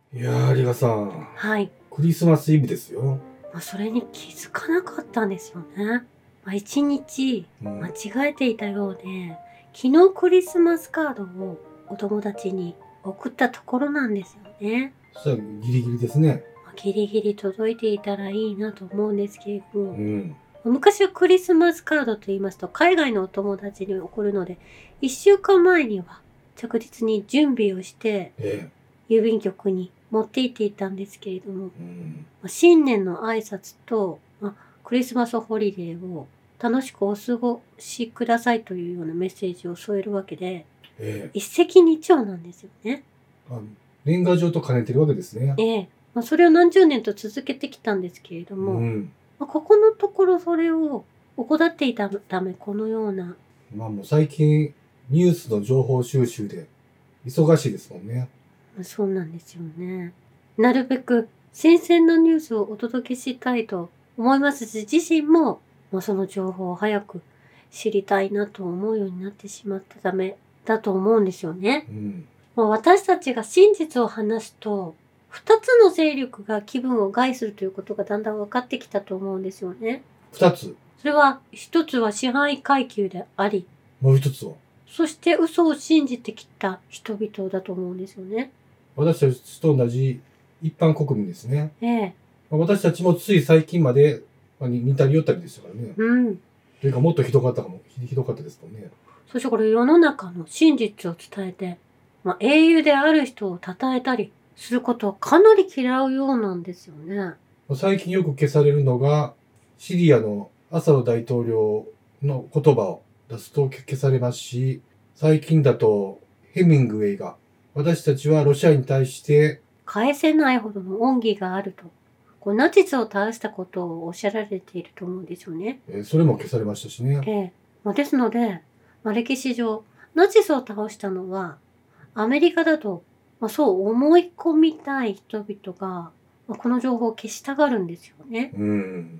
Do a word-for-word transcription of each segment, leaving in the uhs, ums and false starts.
いやー、リカさん。 はい。 クリスマスイブですよ。 まあ、それに気づかなかったんですよね。まあ、一日間違えていたようで、昨日クリスマスカードをお友達に送ったところなんですよね。 そしたらギリギリですね。 まあ、ギリギリ届いていたらいいなと思うんですけれども、 うん。 昔はクリスマスカードと言いますと、海外のお友達に送るので、いっしゅうかんまえには着実に準備をして、 え郵便局に持って行っていたんですけれども、 え。うん。 まあ新年の挨拶と、まあ、クリスマスホリデーを楽しくお過ごしくださいというようなメッセージを添えるわけで、 ええ。 一石二鳥なんですよね。 あ、年賀状と兼ねてるわけですね。 ええ。まあ、それを何十年と続けてきたんですけれどうも、 ん。 まあ、ここのところそれを怠っていたため、このような、 まあもう最近、ニュースの情報収集で忙しいですもんね。 まあ、そうなんですよね。なるべく新鮮なニュースをお届けしたいと思いますし、自身も、まあ、その情報を早く知りたいなと思うようになってしまったためだと思うんですよね。 うん。 まあ、私たちが真実を話すと、二つの勢力が気分を害するということがだんだん分かってきたと思うんですよね。 二つ。 それは、一つは支配階級であり、 もう一つは、 そして嘘を信じてきた人々だと思うんですよね。 私たちと同じ一般国民ですね。 ええ。 まあ私たちもつい最近まで、まあ、に似たり寄ったりでしたからね。 うん。 というかもっとひどかったかも、ひひどかったですもんね。 そしてこれ世の中の真実を伝えて、まあ、英雄である人を称えたりすることをかなり嫌うようなんですよね。 最近よく消されるのが、シリアのアサド大統領の言葉を出すと消されますし、最近だとヘミングウェイが、私たちはロシアに対して、 返せないほどの恩義があると。こうナチスを倒したことをおっしゃられていると思うんですよね。 えーそれも消されましたしね。 ええ。まあ、ですので、まあ、歴史上、ナチスを倒したのは、アメリカだと、まあ、そう思い込みたい人々が、まあ、この情報を消したがるんですよね。 うん。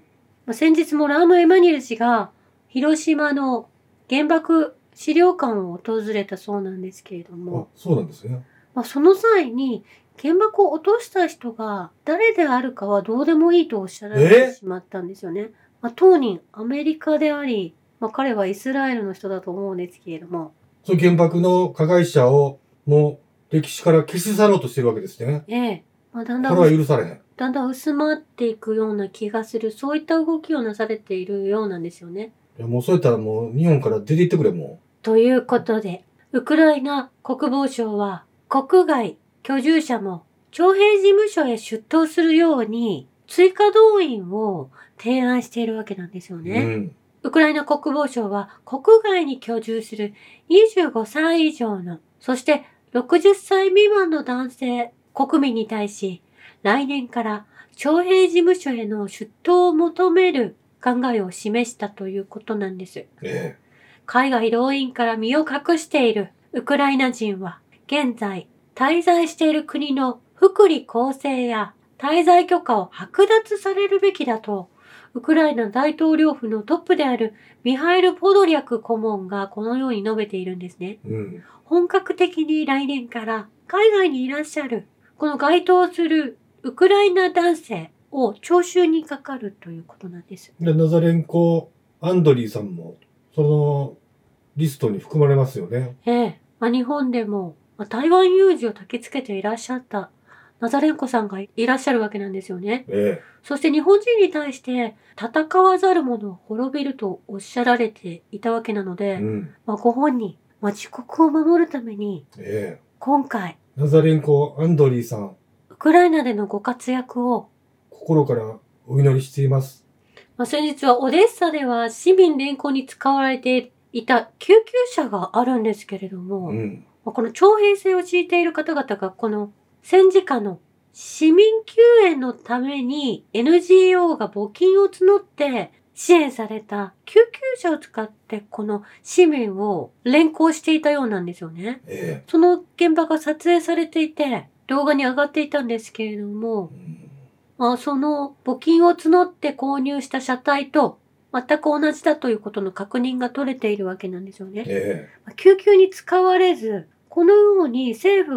まあ、先日もラーム・エマニュエル氏が広島の原爆資料館を訪れたそうなんですけれどあも、、 そうなんですね。 まあ、その際に原爆を落とした人が誰であるかはどうでもいいとおっしゃられてしまったんですよね。まあ、当人アメリカであり、まあ、彼はイスラエルの人だと思うんですけれども、 その原爆の加害者をもう歴史から消し去ろうとしてるわけですね。 ええ、まあ、だんだこれんは許されへん。 だんだん薄まっていくような気がする、そういった動きをなされているようなんですよね。 いやもうそうやったらもう日本から出て行ってくれ、もということで、ウクライナ国防省は国外居住者も徴兵事務所へ出頭するように追加動員を提案しているわけなんですよう。 ね。 うん。 ウクライナ国防省は国外に居住するにじゅうごさい以上の、そしてろくじゅっさい未満の男性国民に対し、来年から徴兵事務所への出頭を求める考えを示したということなんです。 え海外動員から身を隠しているウクライナ人は、現在滞在している国の福利厚生や滞在許可を剥奪されるべきだと、ウクライナ大統領府のトップであるミハイル・ポドリャク顧問がこのように述べているんですね。 え。うん。 本格的に来年から海外にいらっしゃるこの該当するウクライナ男性を徴収にかかるということなんです。 で、ナザレンコ・アンドリーさんも、そのリストに含まれますよね。 ええ。まあ、日本でも、まあ、台湾有事を焚きつけていらっしゃったナザレンコさんがいらっしゃるわけなんですよね。 えそして日本人に対して戦わざる者を滅びるとおっしゃられていたわけなのえ。 で、 うん。 まあ、ご本人、まあ、自国を守るためにええ。 今回ナザレンコ・アンドリーさん、 ウクライナでのご活躍を、 心からお祈りしています。 まあ、先日はオデッサでは市民連行に使われていた救急車があるんですけれども、 うん。 まあこの徴兵制を敷いている方々がこの戦時下の市民救援のために エヌジーオー が募金を募って支援された救急車を使ってこの市民を連行していたようなんですよね。 えその現場が撮影されていて動画に上がっていたんですけれども、 え。うん。 まあ、その募金を募って購入した車体と全く同じだということの確認が取れているわけなんですよね。 え救急に使われず、このように政府が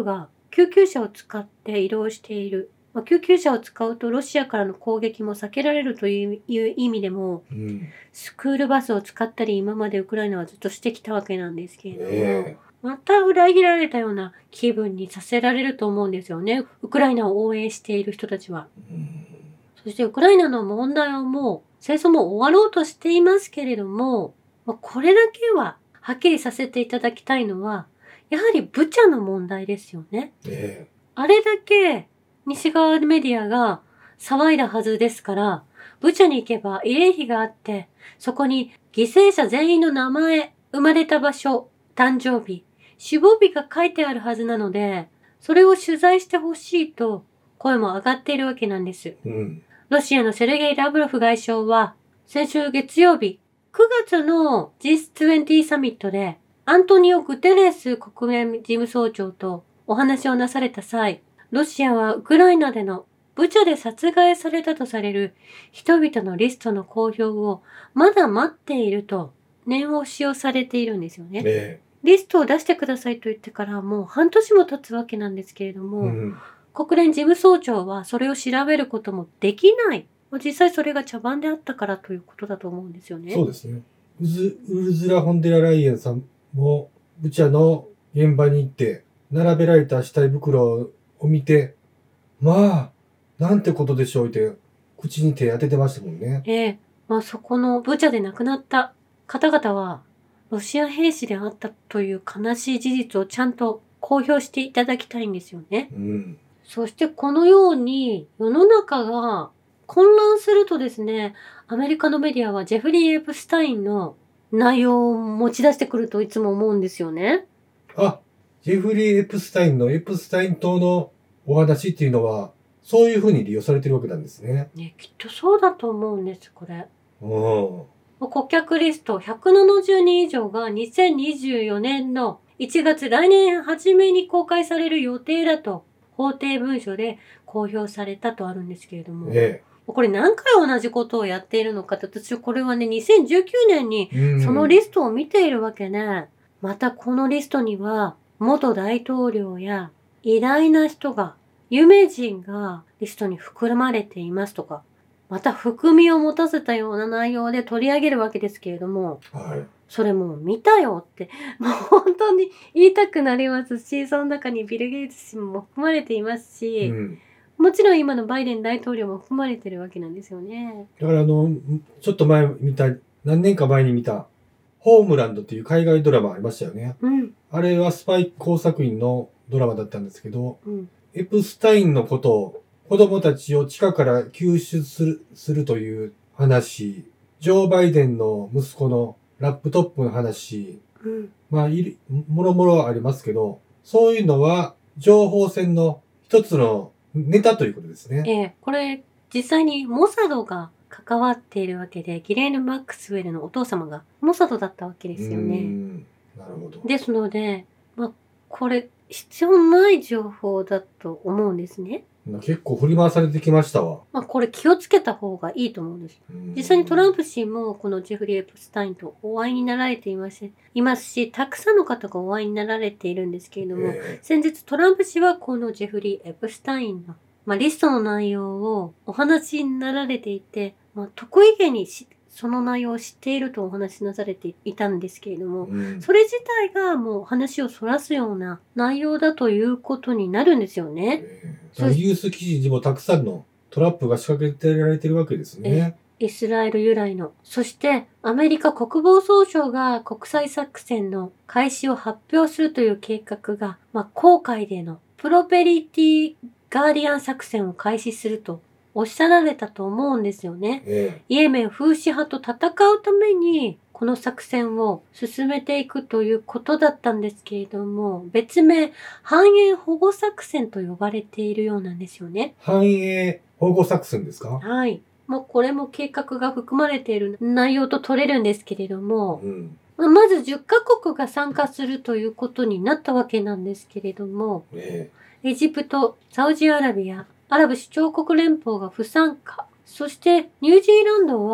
救急車を使って移動している。まあ、救急車を使うとロシアからの攻撃も避けられるという意味でも、 うん、 スクールバスを使ったり今までウクライナはずっとしてきたわけなんですけれども、 えまた裏切られたような気分にさせられると思うんですよね。ウクライナを応援している人たちは。 ーうんそしてウクライナの問題はもう戦争も終わろうとしていますけれども、まあこれだけははっきりさせていただきたいのは、やはりブチャの問題ですよね。 えあれだけ西側メディアが騒いだはずですから、ブチャに行けば慰霊碑があって、そこに犠牲者全員の名前、生まれた場所、誕生日、死亡日が書いてあるはずなので、それを取材してほしいと声も上がっているわけなんです。 うんロシアのセルゲイ・ラブロフ外相は、先週月曜日、くがつの ジーエスにじゅう サミットで、アントニオ・グテレス国連事務総長とお話をなされた際、ロシアはウクライナでのブチャで殺害されたとされる人々のリストの公表をまだ待っていると念押しをされているんですよね。 えリストを出してくださいと言ってからもう半年も経つわけなんですけれども、 うん国連事務総長はそれを調べることもできない。実際それが茶番であったからということだと思うんですよね。 そうですね。ウズウルズラ・フォンデラライエンさんも、ブチャの現場に行って、並べられた死体袋を見て、まあ、なんてことでしょうって、口に手当ててましたもんね。 ええ、まあそこのブチャで亡くなった方々は、ロシア兵士であったという悲しい事実をちゃんと公表していただきたいんですよね。 うん。 そしてこのように世の中が混乱するとですね、アメリカのメディアはジェフリー・エプスタインの内容を持ち出してくるといつも思うんですよね。 あ、ジェフリー・エプスタインのエプスタイン島のお話っていうのは、そういうふうに利用されてるわけなんですね。 ね、きっとそうだと思うんです、これ。 うん。 顧客リストひゃくななじゅうにん以上がにせんにじゅうよねんのいちがつ、来年初めに公開される予定だと法廷文書で公表されたとあるんですけれども、 えこれ何回同じことをやっているのかって、私これはね、にせんじゅうきゅうねんにえ。うん。 そのリストを見ているわけね。またこのリストには元大統領や偉大な人が、有名人がリストに含まれていますとか、また含みを持たせたような内容で取り上げるわけですけれども、 はい。 それもう見たよって、もう本当に言いたくなりますし、その中にビル・ゲイツ氏も含まれていますし、 うん。 もちろん今のバイデン大統領も含まれてるわけなんですよね。 だからあの、ちょっと前見た、何年か前に見た、ホームランドっていう海外ドラマありましたよね。 うん、 あれはスパイ工作員のドラマだったんですけど、 うん、 エプスタインのことを、子供たちを地下から救出する、するという話、ジョー・バイデンの息子のラップトップの話、 うん。 まあ、いる、もろもろありますけど、そういうのは情報戦の一つのネタということですね。 ええ、これ実際にモサドが関わっているわけで、ギレーヌ・マックスウェルのお父様がモサドだったわけですようーね。 んなるほど。 ですので、まあ、これ必要ない情報だと思うんですね。 結構振り回されてきましたわ。 まあ、これ気をつけた方がいいと思うんです。実際にトランプ氏もこのジェフリー・エプスタインとお会いになられていますいますし、たくさんの方がお会いになられているんですけれども、 え先日トランプ氏はこのジェフリー・エプスタインの、まあ、リストの内容をお話になられていて、まあ、得意げにしその内容を知っているとお話しなされていたんですけれども、 うんそれ自体がもう話をそらすような内容だということになるんですよね。 えーニュース記事にもたくさんのトラップが仕掛けてられてるわけですね。 イスラエル由来の。そしてアメリカ国防総省が国際作戦の開始を発表するという計画が、まあ、航海でのプロペリティガーディアン作戦を開始するとおっしゃられたと思うんですよね。 えイエメン風刺派と戦うためにこの作戦を進めていくということだったんですけれども、別名繁栄保護作戦と呼ばれているようなんですよね。 ー繁栄保護作戦ですか？ はい。もうこれも計画が含まれている内容と取れるんですけれども、 うんまずじゅっカ国が参加するということになったわけなんですけれども、 えエジプト、サウジアラビア、アラブ首長国連邦が不参加、そしてニュージーランドは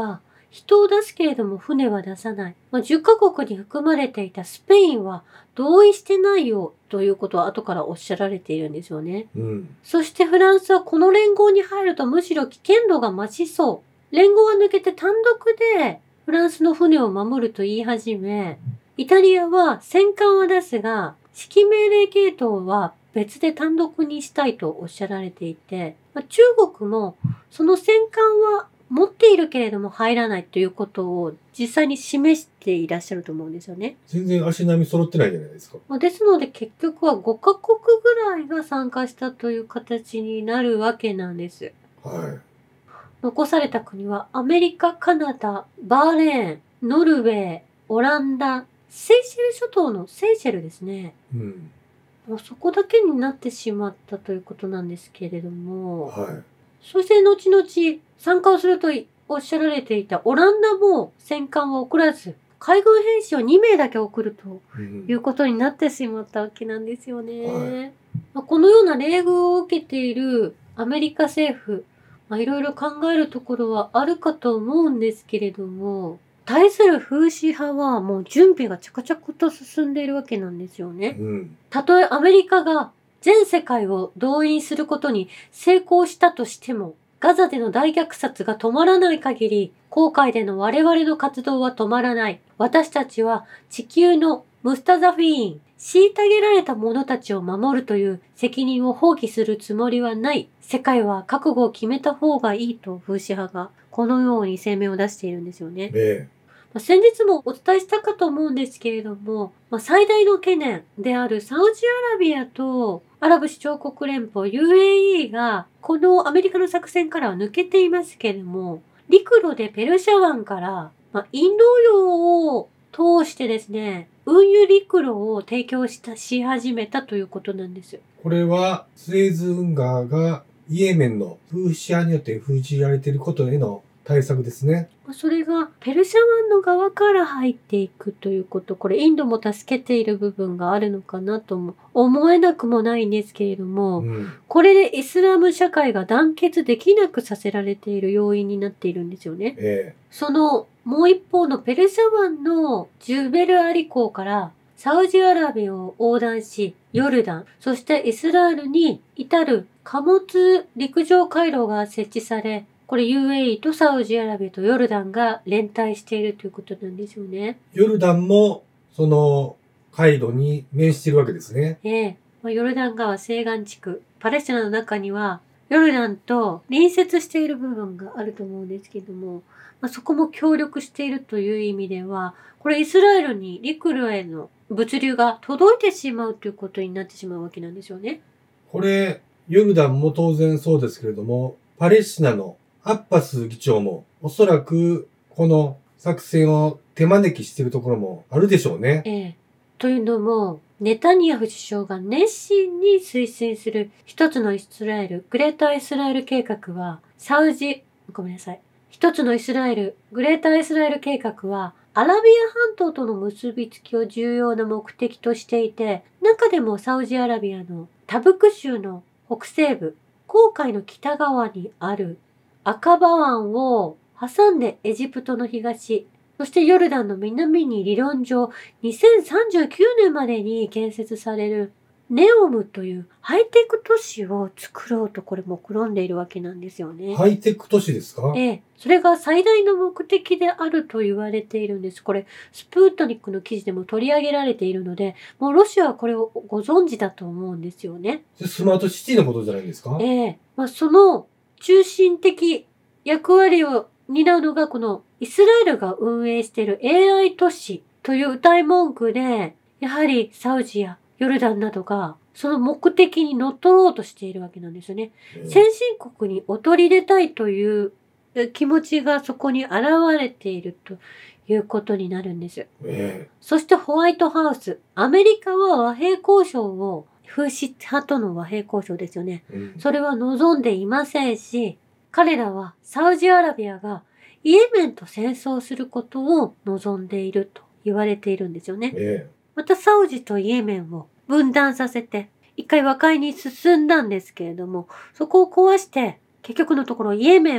人を出すけれども船は出さない。まあ、じゅっカ国に含まれていたスペインは同意してないよということを後からおっしゃられているんですよね。 うん。 そしてフランスはこの連合に入るとむしろ危険度が増しそう。連合が抜けて単独でフランスの船を守ると言い始め、イタリアは戦艦は出すが、指揮命令系統は別で単独にしたいとおっしゃられていて、まあ、中国もその戦艦は持っているけれども入らないということを実際に示していらっしゃると思うんですよね。 全然足並み揃ってないじゃないですか。 まあ、ですので結局はごカ国ぐらいが参加したという形になるわけなんです。 は残された国はアメリカ、カナダ、バーレーン、ノルウェー、オランダ、セイシェル諸島のセイシェルですね。 い。うん。 もうそこだけになってしまったということなんですけれども、 はそして後々参加をするとおっしゃられていたオランダも戦艦は送らず、海軍兵士をに名だけ送るとい。うんいうことになってしまったわけなんですよね。 はいまあ、このような冷遇を受けているアメリカ政府、まあ、いろいろ考えるところはあるかと思うんですけれども、対する風刺派はもう準備が着々と進んでいるわけなんですよね。 うん。 たとえアメリカが全世界を動員することに成功したとしても、ガザでの大虐殺が止まらない限り、航海での我々の活動は止まらない。私たちは地球のムスタザフィーン、虐げられた者たちを守るという責任を放棄するつもりはない。世界は覚悟を決めた方がいいと風刺派がこのように声明を出しているんですよね。 えまあ、先日もお伝えしたかと思うんですけれども、まあ、最大の懸念であるサウジアラビアとアラブ首長国連邦 ユーエーイー がこのアメリカの作戦からは抜けていますけれども、陸路でペルシャ湾から、まあ、インド洋を通してですね、運輸陸路を提供したし始めたということなんです。 これは、スエズ運河がイエメンの風刺派によって封じられていることへの対策ですね。 それがペルシャ湾の側から入っていくということ、これインドも助けている部分があるのかなとも思えなくもないんですけれども、 うん。 これでイスラム社会が団結できなくさせられている要因になっているんですよね。 えそのもう一方のペルシャ湾のジュベルアリ港からサウジアラビアを横断し、ヨルダン、そしてイスラエルに至る貨物陸上回廊が設置され、これ ユーエーイー とサウジアラビアとヨルダンが連帯しているということなんですよね。 え。ヨルダンも、その、回路に面しているわけですね。 ええ。まあ、ヨルダン川西岸地区、パレスチナの中には、ヨルダンと隣接している部分があると思うんですけども、まあ、そこも協力しているという意味では、これイスラエルに陸路への物流が届いてしまうということになってしまうわけなんですよね。 これ、ヨルダンも当然そうですけれども、パレスチナのアッバス議長も、おそらく、この作戦を手招きしているところもあるでしょうね。 ええ。というのも、ネタニヤフ首相が熱心に推進する一つのイスラエル、グレーターイスラエル計画は、サウジ、ごめんなさい。一つのイスラエル、グレーターイスラエル計画は、アラビア半島との結びつきを重要な目的としていて、中でもサウジアラビアのタブク州の北西部、紅海の北側にあるアカバ湾を挟んでエジプトの東、そしてヨルダンの南に理論上にせんさんじゅうきゅうねんまでに建設されるネオムというハイテク都市を作ろうとこれ目論んでいるわけなんですよね。 ハイテク都市ですか？ ええ。それが最大の目的であると言われているんです。これ、スプートニックの記事でも取り上げられているので、もうロシアはこれをご存知だと思うんですよね。 スマートシティのことじゃないですか？ ええ。まあ、その中心的役割を担うのがこのイスラエルが運営している エーアイ 都市という謳い文句で、やはりサウジやヨルダンなどがその目的にのっとろうとしているわけなんですよね。先進国に劣り出たいという気持ちがそこに現れているということになるんです。 ええ。 そしてホワイトハウス、アメリカは和平交渉を、風刺派との和平交渉ですよね。 うん。 それは望んでいませんし、彼らはサウジアラビアがイエメンと戦争することを望んでいると言われているんですよね。 えまたサウジとイエメンを分断させて、一回和解に進んだんですけれども、そこを壊して、結局のところイエメンを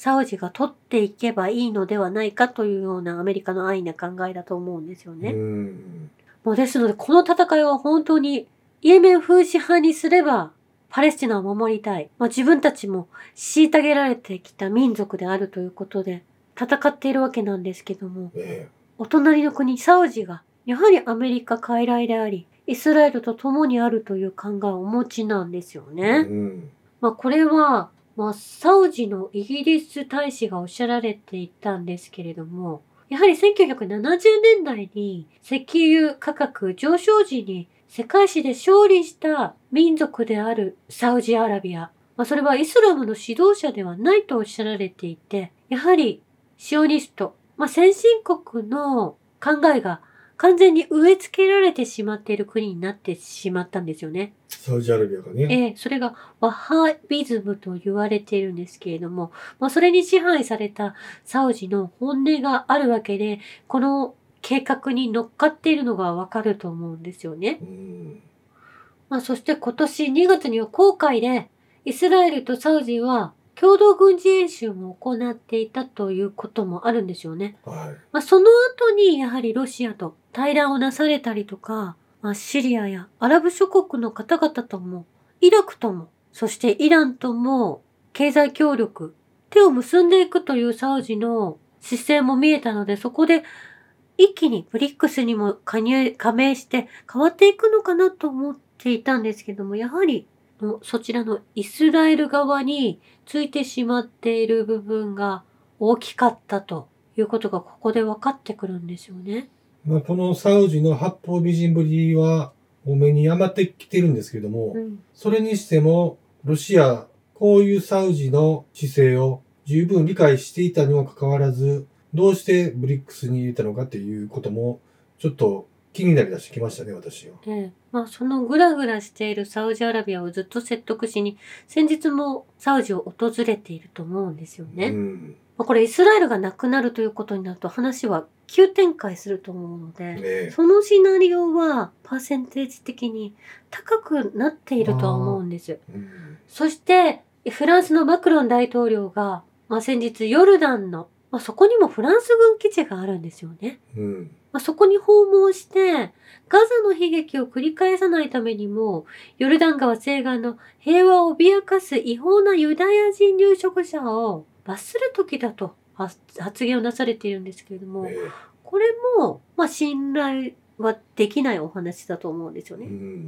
サウジが取っていけばいいのではないかというようなアメリカの安易な考えだと思うんですよね。 うん。 もうですので、この戦いは本当にイエメン風刺派にすればパレスチナを守りたい。まあ、自分たちも虐げられてきた民族であるということで戦っているわけなんですけども、 えお隣の国サウジがやはりアメリカ傀儡であり、イスラエルと共にあるという考えをお持ちなんですよえ。 ね。 うん。 まあこれは、まあサウジのイギリス大使がおっしゃられていたんですけれども、やはりせんきゅうひゃくななじゅうねんだいに石油価格上昇時に世界史で勝利した民族であるサウジアラビア。まあそれはイスラムの指導者ではないとおっしゃられていて、やはりシオニスト、まあ先進国の考えが完全に植え付けられてしまっている国になってしまったんですよね。 サウジアラビアがね。 ええ、それがワハビズムと言われているんですけれども、まあ、それに支配されたサウジの本音があるわけで、この計画に乗っかっているのがわかると思うんですよね。 うん。 まあ、そして今年にがつには紅海で、イスラエルとサウジは共同軍事演習も行っていたということもあるんですよね。 はい。 まあ、その後にやはりロシアと対談をなされたりとか、まあ、シリアやアラブ諸国の方々とも、イラクとも、そしてイランとも経済協力、手を結んでいくというサウジの姿勢も見えたので、そこで一気にブリックスにも加入、加盟して変わっていくのかなと思っていたんですけども、やはりそちらのイスラエル側についてしまっている部分が大きかったということがここで分かってくるんですよね。 まあ、このサウジの八方美人ぶりは、お目に余ってきてるんですけども、 うん、 それにしても、ロシア、こういうサウジの姿勢を十分理解していたにもかかわらず、どうしてブリックスに入れたのかっていうことも、ちょっと気になりだしてきましたね、私は。 ええ、まあそのグラグラしているサウジアラビアをずっと説得しに、先日もサウジを訪れていると思うんですよね。 うん。 まあ、これイスラエルがなくなるということになると話は急展開すると思うので、 ねそのシナリオはパーセンテージ的に高くなっているとは思うんです。 うん。 そしてフランスのマクロン大統領が、まあ、先日ヨルダンの、まあ、そこにもフランス軍基地があるんですよね。 うん。 まあ、そこに訪問して、ガザの悲劇を繰り返さないためにも、ヨルダン川西岸の平和を脅かす違法なユダヤ人入植者を罰する時だと発言をなされているんですけれども、 ねこれも、まあ、信頼はできないお話だと思うんですよね。 うん。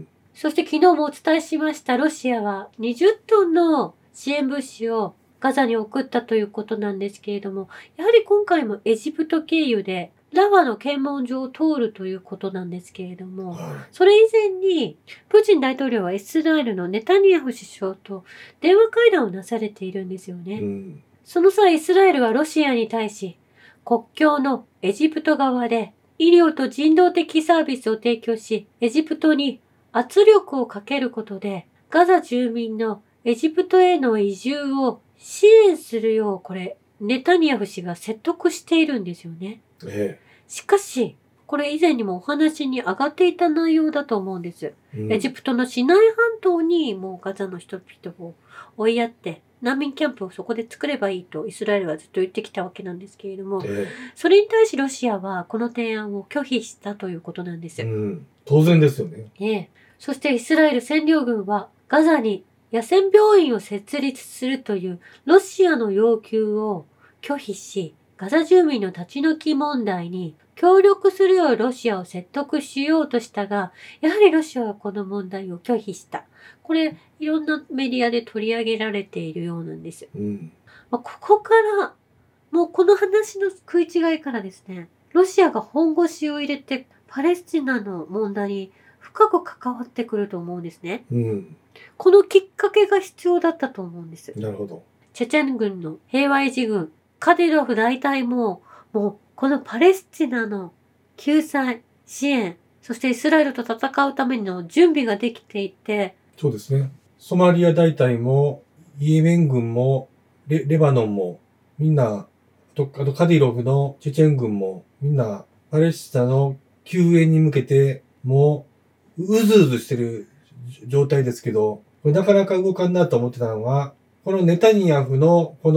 そして昨日もお伝えしましたロシアはにじゅっトンの支援物資をガザに送ったということなんですけれども、やはり今回もエジプト経由でラファの検問所を通るということなんですけれども、 はそれ以前にプーチン大統領はイスラエルのネタニヤフ首相と電話会談をなされているんですよね。 い。うん。 その際イスラエルはロシアに対し国境のエジプト側で医療と人道的サービスを提供し、エジプトに圧力をかけることでガザ住民のエジプトへの移住を支援するようこれネタニヤフ氏が説得しているんですよね。 えしかし、これ以前にもお話に上がっていた内容だと思うんです。 え。うん。 エジプトのシナイ半島にもうガザの人々を追いやって難民キャンプをそこで作ればいいとイスラエルはずっと言ってきたわけなんですけれども、 えそれに対しロシアはこの提案を拒否したということなんですえ。うん。当然ですよね。 ええ。そしてイスラエル占領軍はガザに野戦病院を設立するというロシアの要求を拒否し、ガザ住民の立ち退き問題に協力するようロシアを説得しようとしたが、やはりロシアはこの問題を拒否した。これ、いろんなメディアで取り上げられているようなんです。 うん。 まあ、ここから、もうこの話の食い違いからですね、ロシアが本腰を入れてパレスチナの問題に深く関わってくると思うんですね。 うん。 このきっかけが必要だったと思うんです。 なるほど。 チェチェン軍の平和維持軍、カディロフ大隊も、もうこのパレスチナの救済、支援、そしてイスラエルと戦うための準備ができていて、 そうですね。ソマリア大隊も、イエメン軍も、レレバノンも、みんな、あと、あとカディロフのチェチェン軍も、みんな、パレスチナの救援に向けて、もう、うずうずしてる状態ですけど、これなかなか動かんなと思ってたのは、このネタニヤフの、この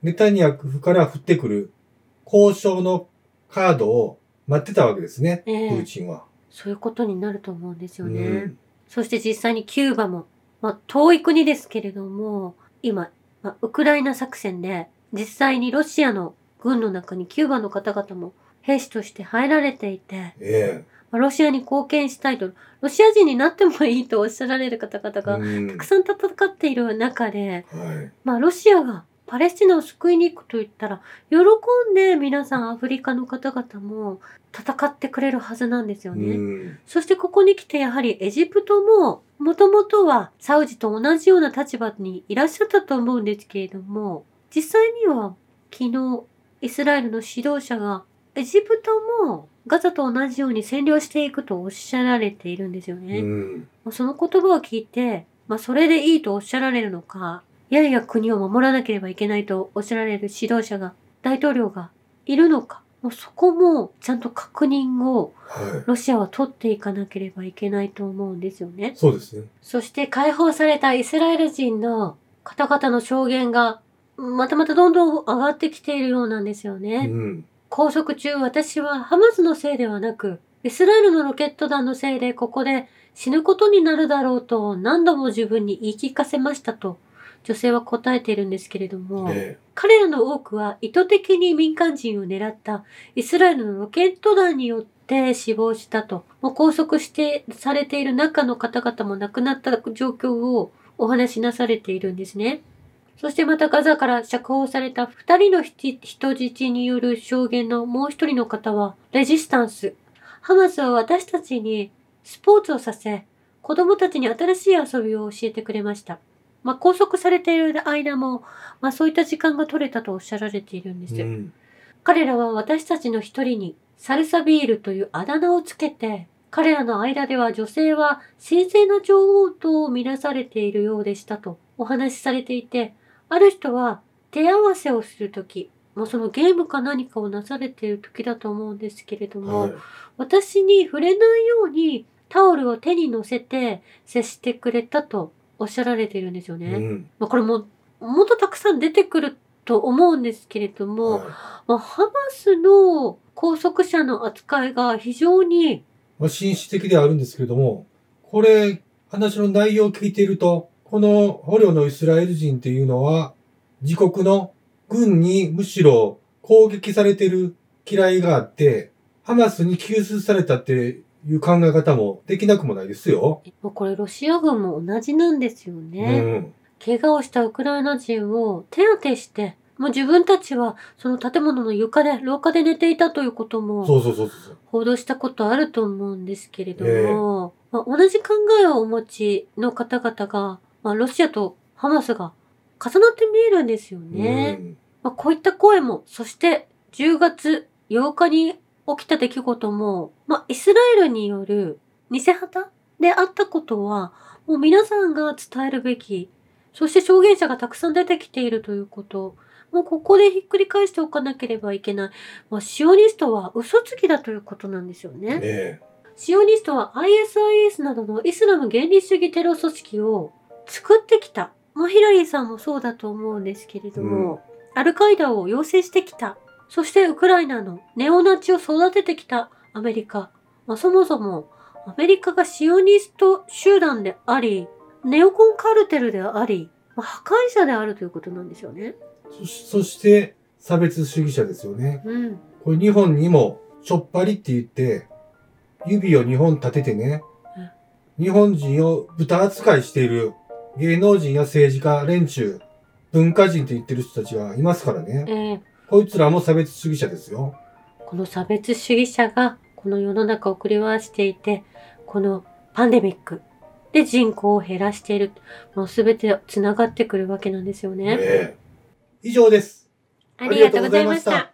ネタニヤフから降ってくる交渉のカードを待ってたわけですね、 ええプーチンは。 そういうことになると思うんですよね。 うん、 そして実際にキューバも、まあ、遠い国ですけれども、今、まあ、ウクライナ作戦で、実際にロシアの軍の中にキューバの方々も兵士として入られていて、 えまあ、ロシアに貢献したいと、ロシア人になってもいいとおっしゃられる方々 えがうんたくさん戦っている中で、 はいまあ、ロシアがパレスチナを救いに行くと言ったら、喜んで皆さんアフリカの方々も戦ってくれるはずなんですよね。 うんそしてここに来てやはりエジプトも、もともとはサウジと同じような立場にいらっしゃったと思うんですけれども、実際には昨日イスラエルの指導者がエジプトもガザと同じように占領していくとおっしゃられているんですよね。 うんまあその言葉を聞いて、まあそれでいいとおっしゃられるのか、いやいや国を守らなければいけないとおっしゃられる指導者が、大統領がいるのか、もうそこもちゃんと確認をはロシアは取っていかなければいけないと思うんですよねい。。そうですね。 そして解放されたイスラエル人の方々の証言がまたまたどんどん上がってきているようなんですようね。 ん。 拘束中私はハマスのせいではなく、イスラエルのロケット弾のせいでここで死ぬことになるだろうと何度も自分に言い聞かせましたと女性は答えているんですけれども、 え彼らの多くは意図的に民間人を狙ったイスラエルのロケット弾によって死亡したと、もう拘束してされている中の方々も亡くなった状況をお話しなされているんですね。そしてまたガザから釈放された二人の人質による証言のもう一人の方は、レジスタンス。ハマスは私たちにスポーツをさせ、子供たちに新しい遊びを教えてくれました。まあ、拘束されている間も、まあ、そういった時間が取れたとおっしゃられているんですよ。 うん。 彼らは私たちの一人にサルサビールというあだ名をつけて、彼らの間では女性は神聖な女王とみなされているようでしたとお話しされていて、ある人は手合わせをするとき、もうそのゲームか何かをなされている時だと思うんですけれども、 はい。 私に触れないようにタオルを手に乗せて接してくれたとおっしゃられているんですよね。 うん。 まあ、これももっとたくさん出てくると思うんですけれども、 はいまあ、ハマスの拘束者の扱いが非常に、 まあ、紳士的ではあるんですけれども、これ、話の内容を聞いていると、この捕虜のイスラエル人っていうのは、自国の軍にむしろ攻撃されてる嫌いがあって、ハマスに救出されたっていう考え方もできなくもないですよ。 もうこれロシア軍も同じなんですよね。 うん。 怪我をしたウクライナ人を手当てして、もう自分たちはその建物の床で、廊下で寝ていたということもそうそうそうそう。 報道したことあると思うんですけれども、まあ、同じ考えをお持ちの方々が、まあ、ロシアとハマスが重なって見えるんですよね。 うん。 まあ、こういった声も、そしてじゅうがつようかに起きた出来事も、まあ、イスラエルによる偽旗であったことは、もう皆さんが伝えるべき、そして証言者がたくさん出てきているということ、もうここでひっくり返しておかなければいけない。まあ、シオニストは嘘つきだということなんですよね。 えシオニストは アイエスアイエス などのイスラム原理主義テロ組織を作ってきた。まあ、ヒラリーさんもそうだと思うんですけれども、アルカイダを養成してきた。そしてウクライナのネオナチを育ててきたアメリカ。まあ、そもそもアメリカがシオニスト集団であり、ネオコンカルテルであり、まあ、破壊者であるということなんですよね。 そし、そして差別主義者ですよね。 うん。 これ日本にもしょっぱりって言って、指をにほん立ててね、日本人を豚扱いしている芸能人や政治家、連中、文化人と言ってる人たちがいますからね。 えーこいつらも差別主義者ですよ。 この差別主義者がこの世の中を狂わしていて、このパンデミックで人口を減らしている。もうすべて繋がってくるわけなんですよね。 ええ以上です。 ありがとうございました。